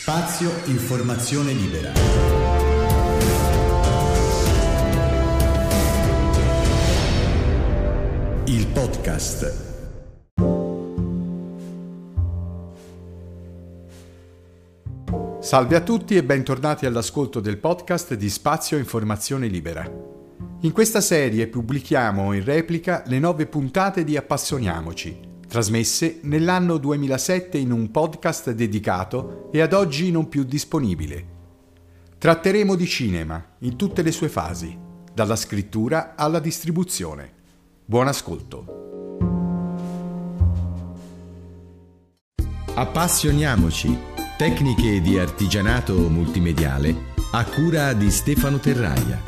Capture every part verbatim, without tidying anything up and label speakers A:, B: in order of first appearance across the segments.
A: Spazio Informazione Libera. Il podcast.
B: Salve a tutti e bentornati all'ascolto del podcast di Spazio Informazione Libera. In questa serie pubblichiamo in replica le nove puntate di Appassioniamoci, trasmesse nell'anno duemilasette in un podcast dedicato e ad oggi non più disponibile. Tratteremo di cinema in tutte le sue fasi, dalla scrittura alla distribuzione. Buon ascolto.
A: Appassioniamoci, tecniche di artigianato multimediale a cura di Stefano Terraglia.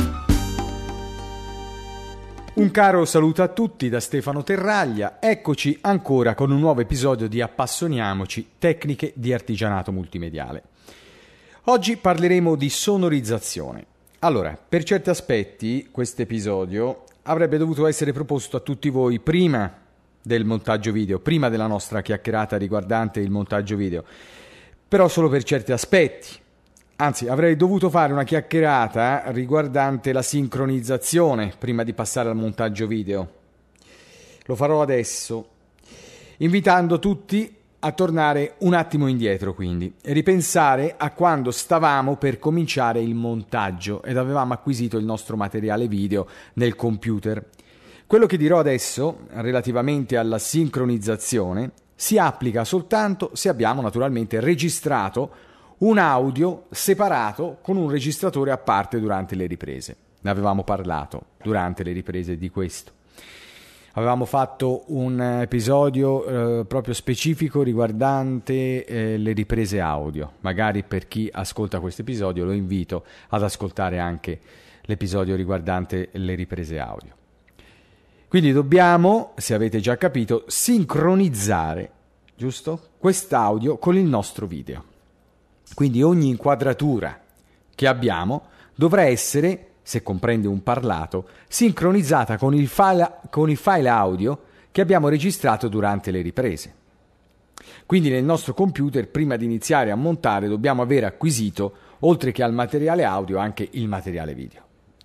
B: Un caro saluto a tutti da Stefano Terraglia, eccoci ancora con un nuovo episodio di Appassioniamoci, tecniche di artigianato multimediale. Oggi parleremo di sonorizzazione. Allora, per certi aspetti questo episodio avrebbe dovuto essere proposto a tutti voi prima del montaggio video, prima della nostra chiacchierata riguardante il montaggio video, però solo per certi aspetti. Anzi, avrei dovuto fare una chiacchierata riguardante la sincronizzazione prima di passare al montaggio video. Lo farò adesso, invitando tutti a tornare un attimo indietro, quindi, e ripensare a quando stavamo per cominciare il montaggio ed avevamo acquisito il nostro materiale video nel computer. Quello che dirò adesso, relativamente alla sincronizzazione, si applica soltanto se abbiamo naturalmente registrato un audio separato con un registratore a parte durante le riprese. Ne avevamo parlato durante le riprese di questo. Avevamo fatto un episodio eh, proprio specifico riguardante eh, le riprese audio. Magari per chi ascolta questo episodio lo invito ad ascoltare anche l'episodio riguardante le riprese audio. Quindi dobbiamo, se avete già capito, sincronizzare, giusto? Quest'audio con il nostro video. Quindi ogni inquadratura che abbiamo dovrà essere, se comprende un parlato, sincronizzata con il file, con il file audio che abbiamo registrato durante le riprese. Quindi nel nostro computer, prima di iniziare a montare, dobbiamo aver acquisito, oltre che al materiale audio, anche il materiale video.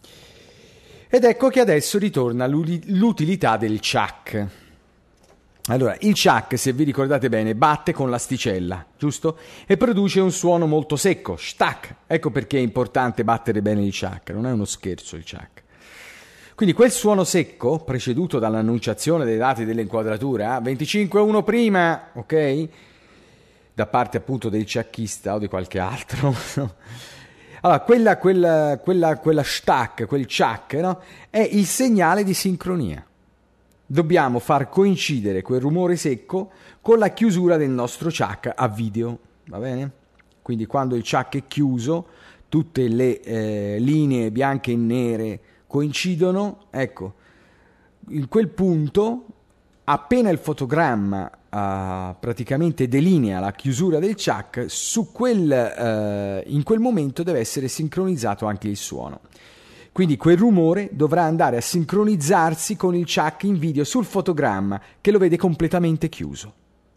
B: Ed ecco che adesso ritorna l'utilità del C H A C. Allora, il C H A C, se vi ricordate bene, batte con l'asticella, giusto? E produce un suono molto secco, shtack. Ecco perché è importante battere bene il C H A C, non è uno scherzo il C H A C. Quindi quel suono secco, preceduto dall'annunciazione dei dati dell'inquadratura, venticinque uno prima, ok? Da parte appunto del ciacchista o di qualche altro. Allora, quella, quella, quella, quella shtack, quel C H A C, no? È il segnale di sincronia. Dobbiamo far coincidere quel rumore secco con la chiusura del nostro C H A C a video, va bene? Quindi quando il C H A C è chiuso, tutte le eh, linee bianche e nere coincidono, ecco, in quel punto, appena il fotogramma uh, praticamente delinea la chiusura del C H A C, su quel, uh, in quel momento deve essere sincronizzato anche il suono. Quindi quel rumore dovrà andare a sincronizzarsi con il C H A C in video sul fotogramma che lo vede completamente chiuso.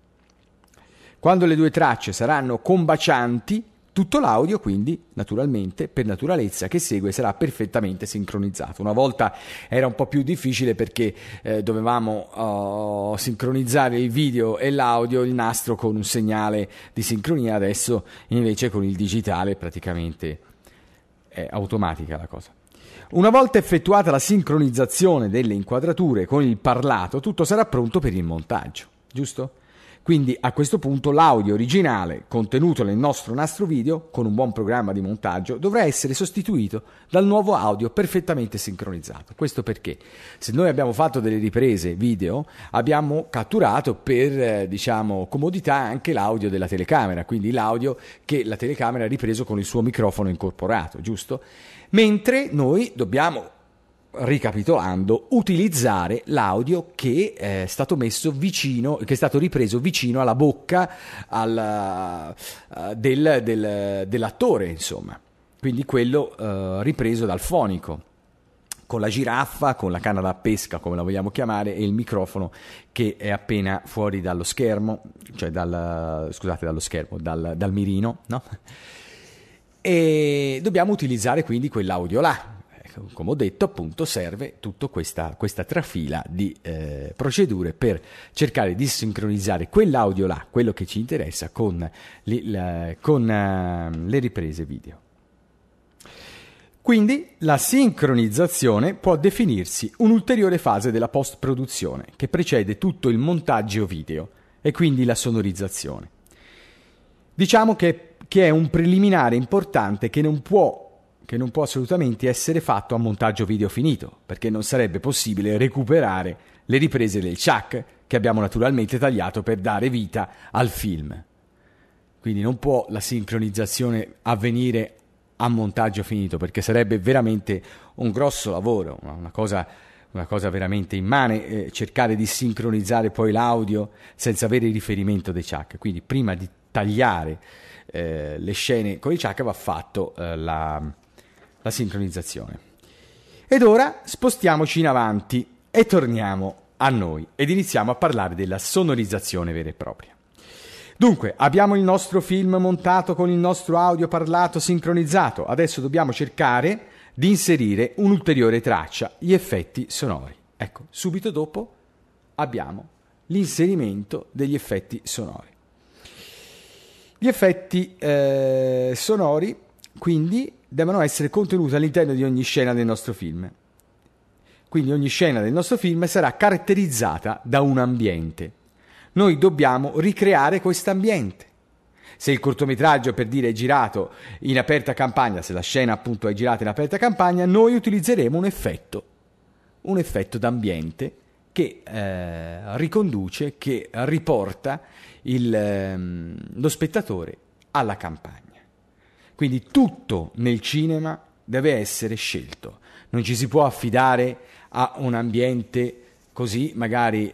B: Quando le due tracce saranno combacianti, tutto l'audio quindi, naturalmente, per naturalezza che segue, sarà perfettamente sincronizzato. Una volta era un po' più difficile perché eh, dovevamo uh, sincronizzare il video e l'audio, il nastro con un segnale di sincronia, adesso invece con il digitale praticamente è automatica la cosa. Una volta effettuata la sincronizzazione delle inquadrature con il parlato, tutto sarà pronto per il montaggio, giusto? Quindi a questo punto l'audio originale contenuto nel nostro nastro video, con un buon programma di montaggio, dovrà essere sostituito dal nuovo audio perfettamente sincronizzato. Questo perché se noi abbiamo fatto delle riprese video, abbiamo catturato per, eh, diciamo, comodità anche l'audio della telecamera, quindi l'audio che la telecamera ha ripreso con il suo microfono incorporato, giusto? Mentre noi dobbiamo, ricapitolando, utilizzare l'audio che è stato messo vicino, che è stato ripreso vicino alla bocca al, uh, del, del, dell'attore, insomma. Quindi quello uh, ripreso dal fonico. con la giraffa, con la canna da pesca, come la vogliamo chiamare, e il microfono che è appena fuori dallo schermo, cioè dal, scusate, dallo schermo, dal, dal mirino, no? E dobbiamo utilizzare quindi quell'audio là. Come ho detto, appunto, serve tutta questa, questa trafila di eh, procedure per cercare di sincronizzare quell'audio là, quello che ci interessa, con le, la, con, uh, le riprese video. Quindi la sincronizzazione può definirsi un'ulteriore fase della post-produzione che precede tutto il montaggio video e quindi la sonorizzazione. Diciamo che, che è un preliminare importante che non può che non può assolutamente essere fatto a montaggio video finito, perché non sarebbe possibile recuperare le riprese del Chuck che abbiamo naturalmente tagliato per dare vita al film. Quindi non può la sincronizzazione avvenire a montaggio finito, perché sarebbe veramente un grosso lavoro, una cosa, una cosa veramente immane, eh, cercare di sincronizzare poi l'audio senza avere il riferimento dei Chuck. Quindi prima di tagliare eh, le scene con i Chuck va fatto eh, la la sincronizzazione. Ed ora spostiamoci in avanti e torniamo a noi ed iniziamo a parlare della sonorizzazione vera e propria. Dunque, abbiamo il nostro film montato con il nostro audio parlato sincronizzato. Adesso dobbiamo cercare di inserire un'ulteriore traccia, gli effetti sonori. Ecco, subito dopo abbiamo l'inserimento degli effetti sonori. Gli effetti eh, sonori, quindi, devono essere contenuti all'interno di ogni scena del nostro film. Quindi ogni scena del nostro film sarà caratterizzata da un ambiente. Noi dobbiamo ricreare questo ambiente. Se il cortometraggio, per dire, è girato in aperta campagna, se la scena appunto è girata in aperta campagna, noi utilizzeremo un effetto, un effetto d'ambiente che eh, riconduce, che riporta il, ehm, lo spettatore alla campagna. Quindi tutto nel cinema deve essere scelto, non ci si può affidare a un ambiente così magari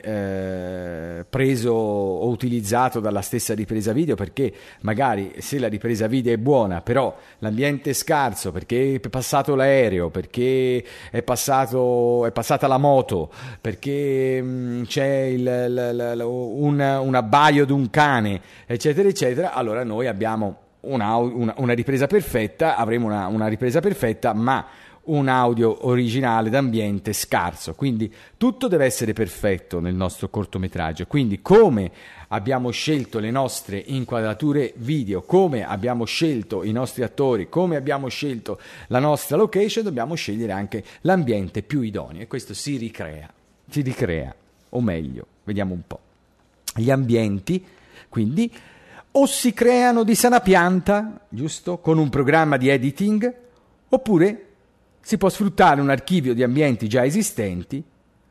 B: eh, preso o utilizzato dalla stessa ripresa video, perché magari se la ripresa video è buona però l'ambiente è scarso, perché è passato l'aereo, perché è, passato, è passata la moto, perché mh, c'è il, il, il, un, un abbaio di un cane, eccetera eccetera, allora noi abbiamo Una, una, una ripresa perfetta, avremo una, una ripresa perfetta, ma un audio originale d'ambiente scarso. Quindi tutto deve essere perfetto nel nostro cortometraggio. Quindi come abbiamo scelto le nostre inquadrature video, come abbiamo scelto i nostri attori, come abbiamo scelto la nostra location, dobbiamo scegliere anche l'ambiente più idoneo, e questo si ricrea, si ricrea, o meglio, vediamo un po'. Gli ambienti, quindi, o si creano di sana pianta, giusto, con un programma di editing, oppure si può sfruttare un archivio di ambienti già esistenti,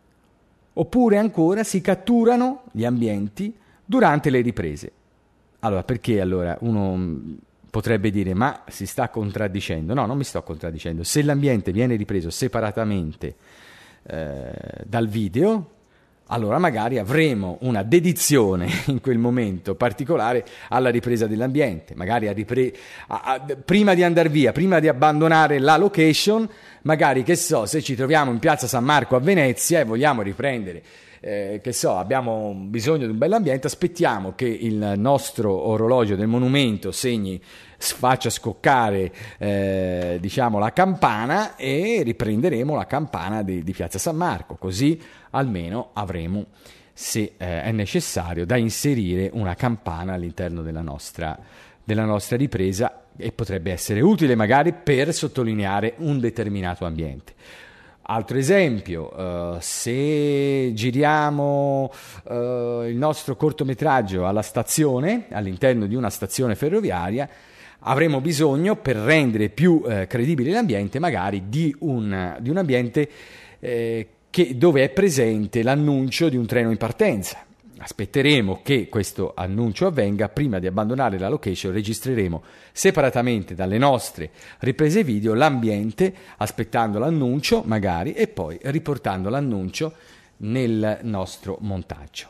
B: oppure ancora si catturano gli ambienti durante le riprese. Allora, perché allora uno potrebbe dire, ma si sta contraddicendo? No, non mi sto contraddicendo. Se l'ambiente viene ripreso separatamente eh, dal video, allora magari avremo una dedizione in quel momento particolare alla ripresa dell'ambiente, magari a ripre- a, a, prima di andare via, prima di abbandonare la location, magari, che so, se ci troviamo in piazza San Marco a Venezia e vogliamo riprendere, eh, che so, abbiamo bisogno di un bell'ambiente, aspettiamo che il nostro orologio del monumento segni, faccia scoccare eh, diciamo la campana, e riprenderemo la campana di, di piazza San Marco, così almeno avremo, se eh, è necessario, da inserire una campana all'interno della nostra, della nostra ripresa, e potrebbe essere utile magari per sottolineare un determinato ambiente. Altro esempio, uh, se giriamo uh, il nostro cortometraggio alla stazione, all'interno di una stazione ferroviaria, avremo bisogno, per rendere più eh, credibile l'ambiente, magari di un, di un ambiente eh, che, dove è presente l'annuncio di un treno in partenza. Aspetteremo che questo annuncio avvenga, prima di abbandonare la location registreremo separatamente dalle nostre riprese video l'ambiente, aspettando l'annuncio magari, e poi riportando l'annuncio nel nostro montaggio.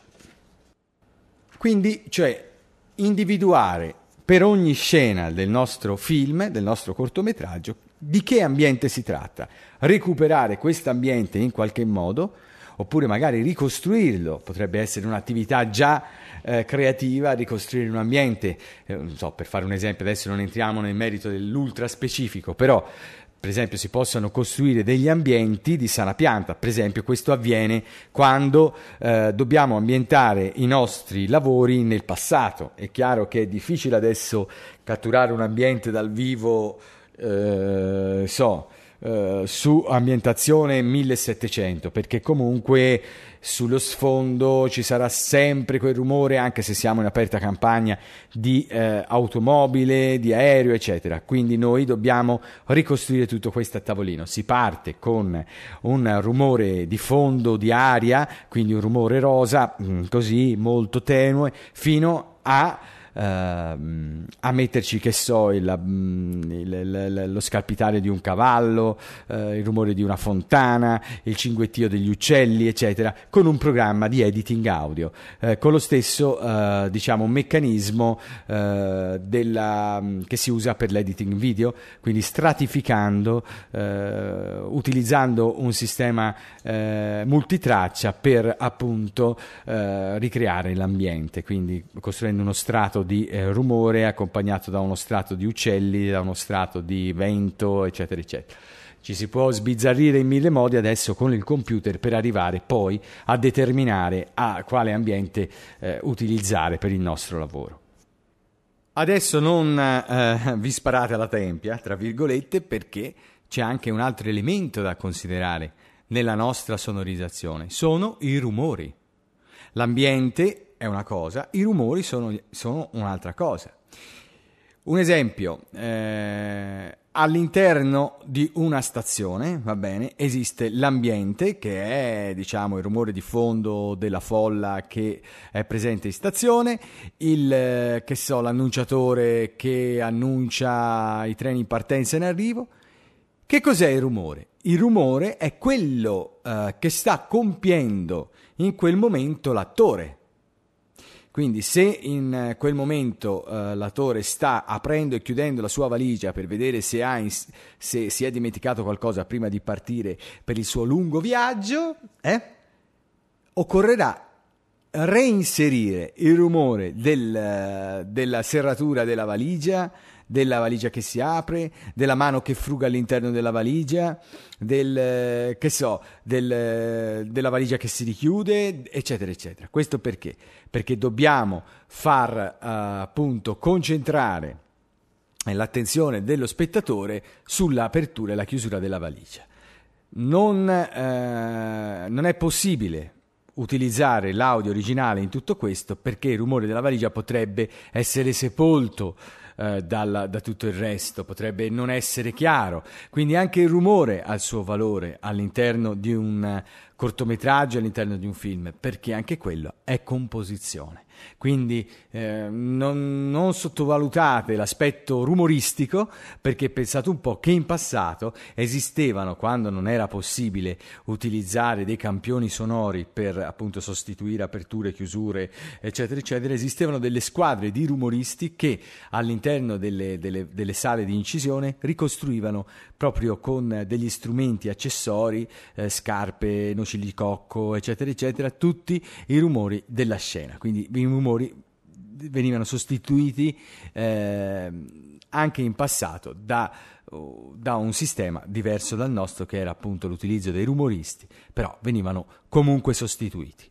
B: Quindi, cioè, individuare per ogni scena del nostro film, del nostro cortometraggio, Di che ambiente si tratta? Recuperare questo ambiente in qualche modo, oppure magari ricostruirlo, potrebbe essere un'attività già eh, creativa, ricostruire un ambiente, eh, non so, per fare un esempio, adesso non entriamo nel merito dell'ultra specifico, però per esempio si possono costruire degli ambienti di sana pianta. Per esempio questo avviene quando eh, dobbiamo ambientare i nostri lavori nel passato. È chiaro che è difficile adesso catturare un ambiente dal vivo, eh, so, Uh, su ambientazione millesettecento, perché comunque sullo sfondo ci sarà sempre quel rumore, anche se siamo in aperta campagna, di uh, automobile, di aereo, eccetera. Quindi noi dobbiamo ricostruire tutto questo a tavolino. Si parte con un rumore di fondo di aria, quindi un rumore rosa, mh, così molto tenue, fino a Uh, a metterci, che so, il, il, il, lo scalpitare di un cavallo, uh, il rumore di una fontana, il cinguettio degli uccelli, eccetera, con un programma di editing audio, uh, con lo stesso uh, diciamo meccanismo uh, della, che si usa per l'editing video, quindi stratificando, uh, utilizzando un sistema uh, multitraccia per appunto uh, ricreare l'ambiente, quindi costruendo uno strato di eh, rumore accompagnato da uno strato di uccelli, da uno strato di vento, eccetera eccetera. Ci si può sbizzarrire in mille modi adesso con il computer per arrivare poi a determinare a quale ambiente eh, utilizzare per il nostro lavoro. Adesso non eh, vi sparate alla tempia, tra virgolette, perché c'è anche un altro elemento da considerare nella nostra sonorizzazione: sono i rumori. L'ambiente è una cosa, i rumori sono, sono un'altra cosa. Un esempio, eh, all'interno di una stazione, va bene, esiste l'ambiente, che è, diciamo, il rumore di fondo della folla che è presente in stazione, il, eh, che so, l'annunciatore che annuncia i treni in partenza e in arrivo. Che cos'è il rumore? Il rumore è quello eh, che sta compiendo in quel momento l'attore. Quindi se in quel momento uh, l'attore sta aprendo e chiudendo la sua valigia per vedere se, ha in, se si è dimenticato qualcosa prima di partire per il suo lungo viaggio, eh, occorrerà reinserire il rumore del, della serratura della valigia, della valigia che si apre, della mano che fruga all'interno della valigia, del, che so, del, della valigia che si richiude, eccetera, eccetera. Questo perché? Perché dobbiamo far uh, appunto concentrare l'attenzione dello spettatore sull'apertura e la chiusura della valigia. Non, uh, non è possibile utilizzare l'audio originale in tutto questo, perché il rumore della valigia potrebbe essere sepolto eh, dal, da tutto il resto, potrebbe non essere chiaro. Quindi anche il rumore ha il suo valore all'interno di un cortometraggio, all'interno di un film, perché anche quello è composizione. Quindi eh, non, non sottovalutate l'aspetto rumoristico, perché pensate un po' che in passato esistevano, quando non era possibile utilizzare dei campioni sonori per appunto sostituire aperture, chiusure, eccetera eccetera, esistevano delle squadre di rumoristi che all'interno delle, delle, delle sale di incisione ricostruivano proprio con degli strumenti accessori, eh, scarpe, noci di cocco, eccetera eccetera, tutti i rumori della scena. Quindi i rumori venivano sostituiti eh, anche in passato da, da un sistema diverso dal nostro, che era appunto l'utilizzo dei rumoristi, però venivano comunque sostituiti.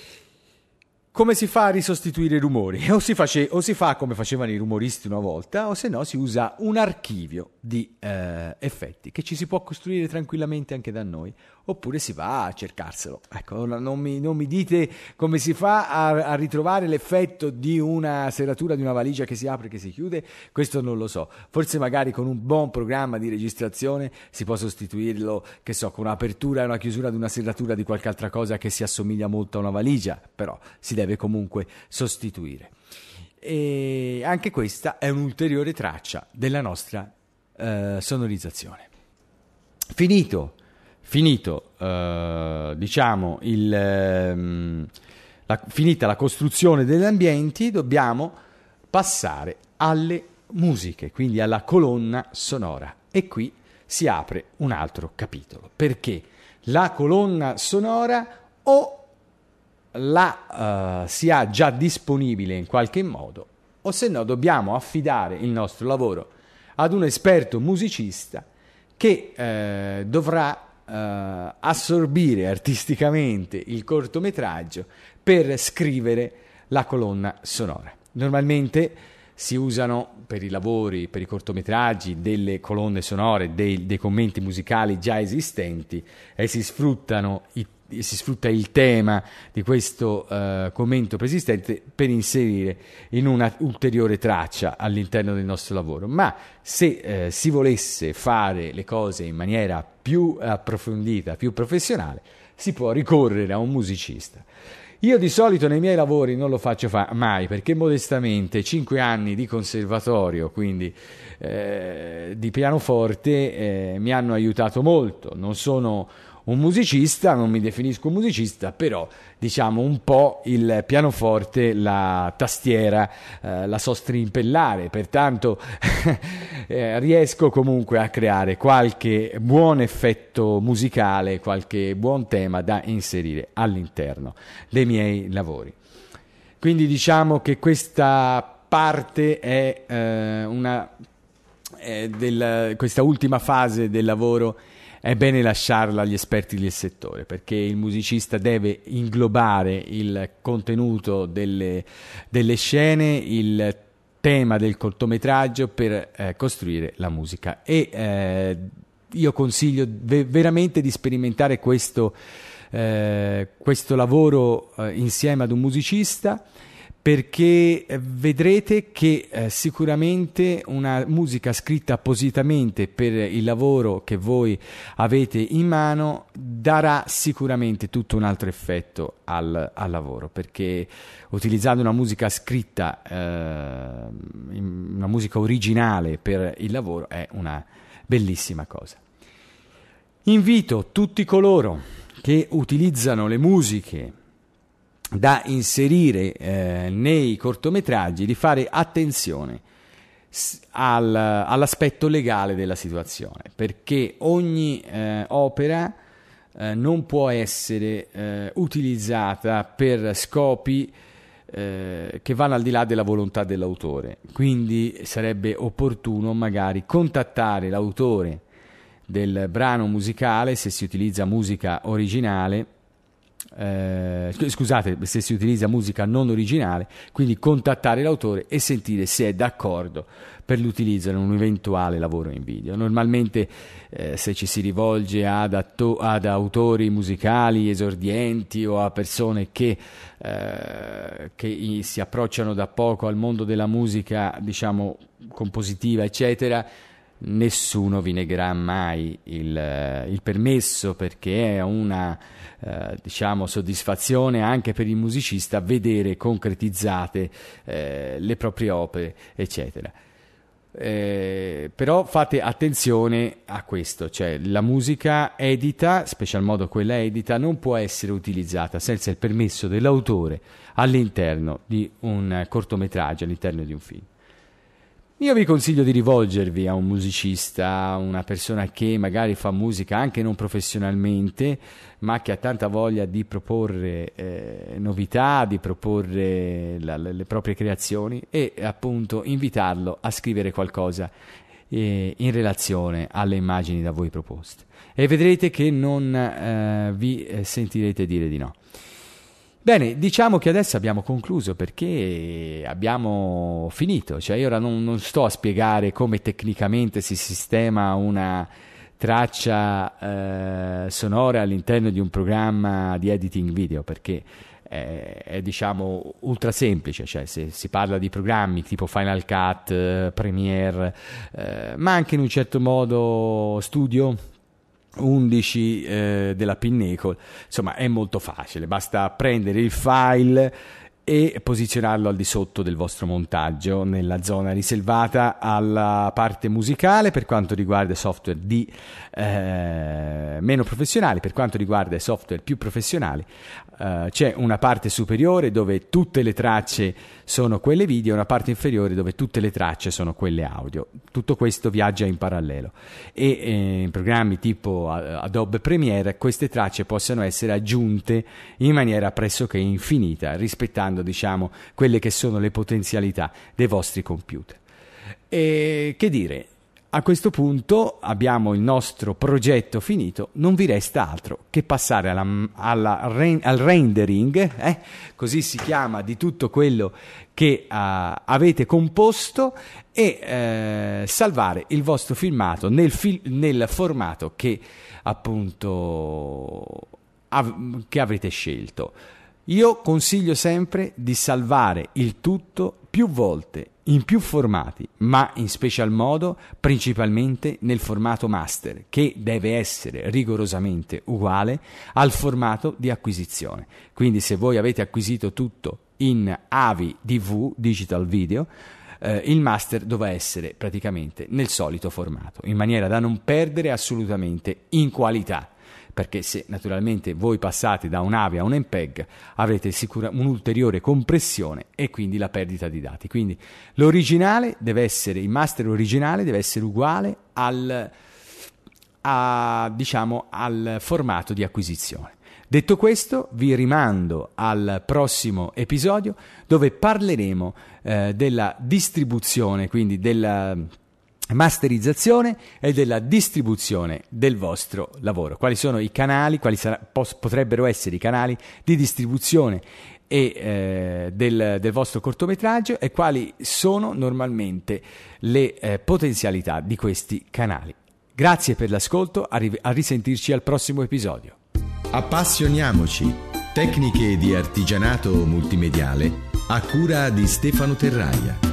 B: Come si fa a risostituire i rumori? O si, face, o si fa come facevano i rumoristi una volta, o se no si usa un archivio di eh, effetti che ci si può costruire tranquillamente anche da noi, oppure si va a cercarselo. Ecco, non mi, non mi dite come si fa a, a ritrovare l'effetto di una serratura di una valigia che si apre e che si chiude, questo non lo so. Forse magari con un buon programma di registrazione si può sostituirlo, che so, con un'apertura e una chiusura di una serratura di qualche altra cosa che si assomiglia molto a una valigia, però si deve comunque sostituire. E anche questa è un'ulteriore traccia della nostra eh, sonorizzazione. Finito Finito, eh, diciamo, il, ehm, la, finita la costruzione degli ambienti, dobbiamo passare alle musiche, quindi alla colonna sonora. E qui si apre un altro capitolo, perché la colonna sonora o la uh, si ha già disponibile in qualche modo, o se no dobbiamo affidare il nostro lavoro ad un esperto musicista che eh, dovrà eh, assorbire artisticamente il cortometraggio per scrivere la colonna sonora. Normalmente si usano per i lavori, per i cortometraggi, delle colonne sonore, dei, dei commenti musicali già esistenti e si sfruttano i si sfrutta il tema di questo uh, commento preesistente per inserire in una ulteriore traccia all'interno del nostro lavoro. Ma se uh, si volesse fare le cose in maniera più approfondita, più professionale, si può ricorrere a un musicista. Io di solito nei miei lavori non lo faccio fa- mai, perché modestamente cinque anni di conservatorio, quindi eh, di pianoforte, eh, mi hanno aiutato molto. Non sono un musicista, non mi definisco un musicista, però diciamo un po' il pianoforte, la tastiera, eh, la so strimpellare, pertanto eh, riesco comunque a creare qualche buon effetto musicale, qualche buon tema da inserire all'interno dei miei lavori. Quindi diciamo che questa parte è eh, una è del, questa ultima fase del lavoro è bene lasciarla agli esperti del settore, perché il musicista deve inglobare il contenuto delle, delle scene, il tema del cortometraggio per eh, costruire la musica. E eh, io consiglio ve- veramente di sperimentare questo, eh, questo lavoro eh, insieme ad un musicista, perché vedrete che eh, sicuramente una musica scritta appositamente per il lavoro che voi avete in mano darà sicuramente tutto un altro effetto al, al lavoro, perché utilizzando una musica scritta, eh, una musica originale per il lavoro è una bellissima cosa. Invito tutti coloro che utilizzano le musiche da inserire eh, nei cortometraggi di fare attenzione al, all'aspetto legale della situazione, perché ogni eh, opera eh, non può essere eh, utilizzata per scopi eh, che vanno al di là della volontà dell'autore. Quindi sarebbe opportuno magari contattare l'autore del brano musicale, se si utilizza musica originale, Eh, scusate, se si utilizza musica non originale, quindi contattare l'autore e sentire se è d'accordo per l'utilizzo in un eventuale lavoro in video. Normalmente eh, se ci si rivolge ad, atto- ad autori musicali esordienti o a persone che, eh, che si approcciano da poco al mondo della musica, diciamo compositiva eccetera, nessuno vi negherà mai il, il permesso, perché è una eh, diciamo soddisfazione anche per il musicista vedere concretizzate eh, le proprie opere eccetera. Eh, però fate attenzione a questo, cioè la musica edita, special modo quella edita, non può essere utilizzata senza il permesso dell'autore all'interno di un cortometraggio, all'interno di un film. Io vi consiglio di rivolgervi a un musicista, una persona che magari fa musica anche non professionalmente, ma che ha tanta voglia di proporre eh, novità, di proporre la, le, le proprie creazioni, e appunto invitarlo a scrivere qualcosa eh, in relazione alle immagini da voi proposte. E vedrete che non eh, vi sentirete dire di no. Bene, diciamo che adesso abbiamo concluso, perché abbiamo finito, cioè io ora non, non sto a spiegare come tecnicamente si sistema una traccia eh, sonora all'interno di un programma di editing video, perché è, è diciamo ultra semplice, cioè se si parla di programmi tipo Final Cut, eh, Premiere, eh, ma anche in un certo modo Studio undici eh, della Pinnacle, insomma è molto facile, basta prendere il file e posizionarlo al di sotto del vostro montaggio nella zona riservata alla parte musicale. Per quanto riguarda software di eh, meno professionali, per quanto riguarda i software più professionali, eh, c'è una parte superiore dove tutte le tracce sono quelle video e una parte inferiore dove tutte le tracce sono quelle audio. Tutto questo viaggia in parallelo e eh, in programmi tipo Adobe Premiere queste tracce possono essere aggiunte in maniera pressoché infinita, rispettando, diciamo, quelle che sono le potenzialità dei vostri computer. E che dire, a questo punto abbiamo il nostro progetto finito, non vi resta altro che passare alla, alla, al rendering, eh? Così si chiama, di tutto quello che uh, avete composto e eh, salvare il vostro filmato nel, fil- nel formato che appunto av- che avrete scelto. Io consiglio sempre di salvare il tutto più volte, in più formati, ma in special modo principalmente nel formato master, che deve essere rigorosamente uguale al formato di acquisizione. Quindi se voi avete acquisito tutto in A V I D V, Digital Video, eh, il master dovrà essere praticamente nel solito formato, in maniera da non perdere assolutamente in qualità. Perché se naturalmente voi passate da un A V I a un M P E G avrete sicura un'ulteriore compressione e quindi la perdita di dati. Quindi l'originale deve essere, il master originale deve essere uguale al, a, diciamo, al formato di acquisizione. Detto questo, vi rimando al prossimo episodio dove parleremo eh, della distribuzione, quindi della masterizzazione e della distribuzione del vostro lavoro. Quali sono i canali, quali sarà, pos, potrebbero essere i canali di distribuzione e, eh, del, del vostro cortometraggio e quali sono normalmente le eh, potenzialità di questi canali. Grazie per l'ascolto, a, ri- a risentirci al prossimo episodio.
A: Appassioniamoci. Tecniche di artigianato multimediale a cura di Stefano Terraia.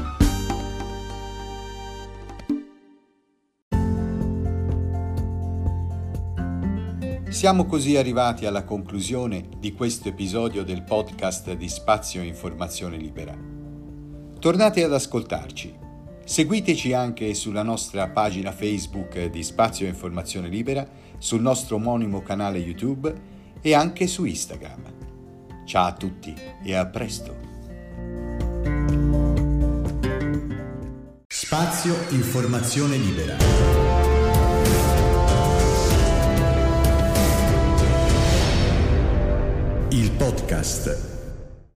C: Siamo così arrivati alla conclusione di questo episodio del podcast di Spazio Informazione Libera. Tornate ad ascoltarci. Seguiteci anche sulla nostra pagina Facebook di Spazio Informazione Libera, sul nostro omonimo canale YouTube e anche su Instagram. Ciao a tutti e a presto. Spazio Informazione Libera. Il podcast.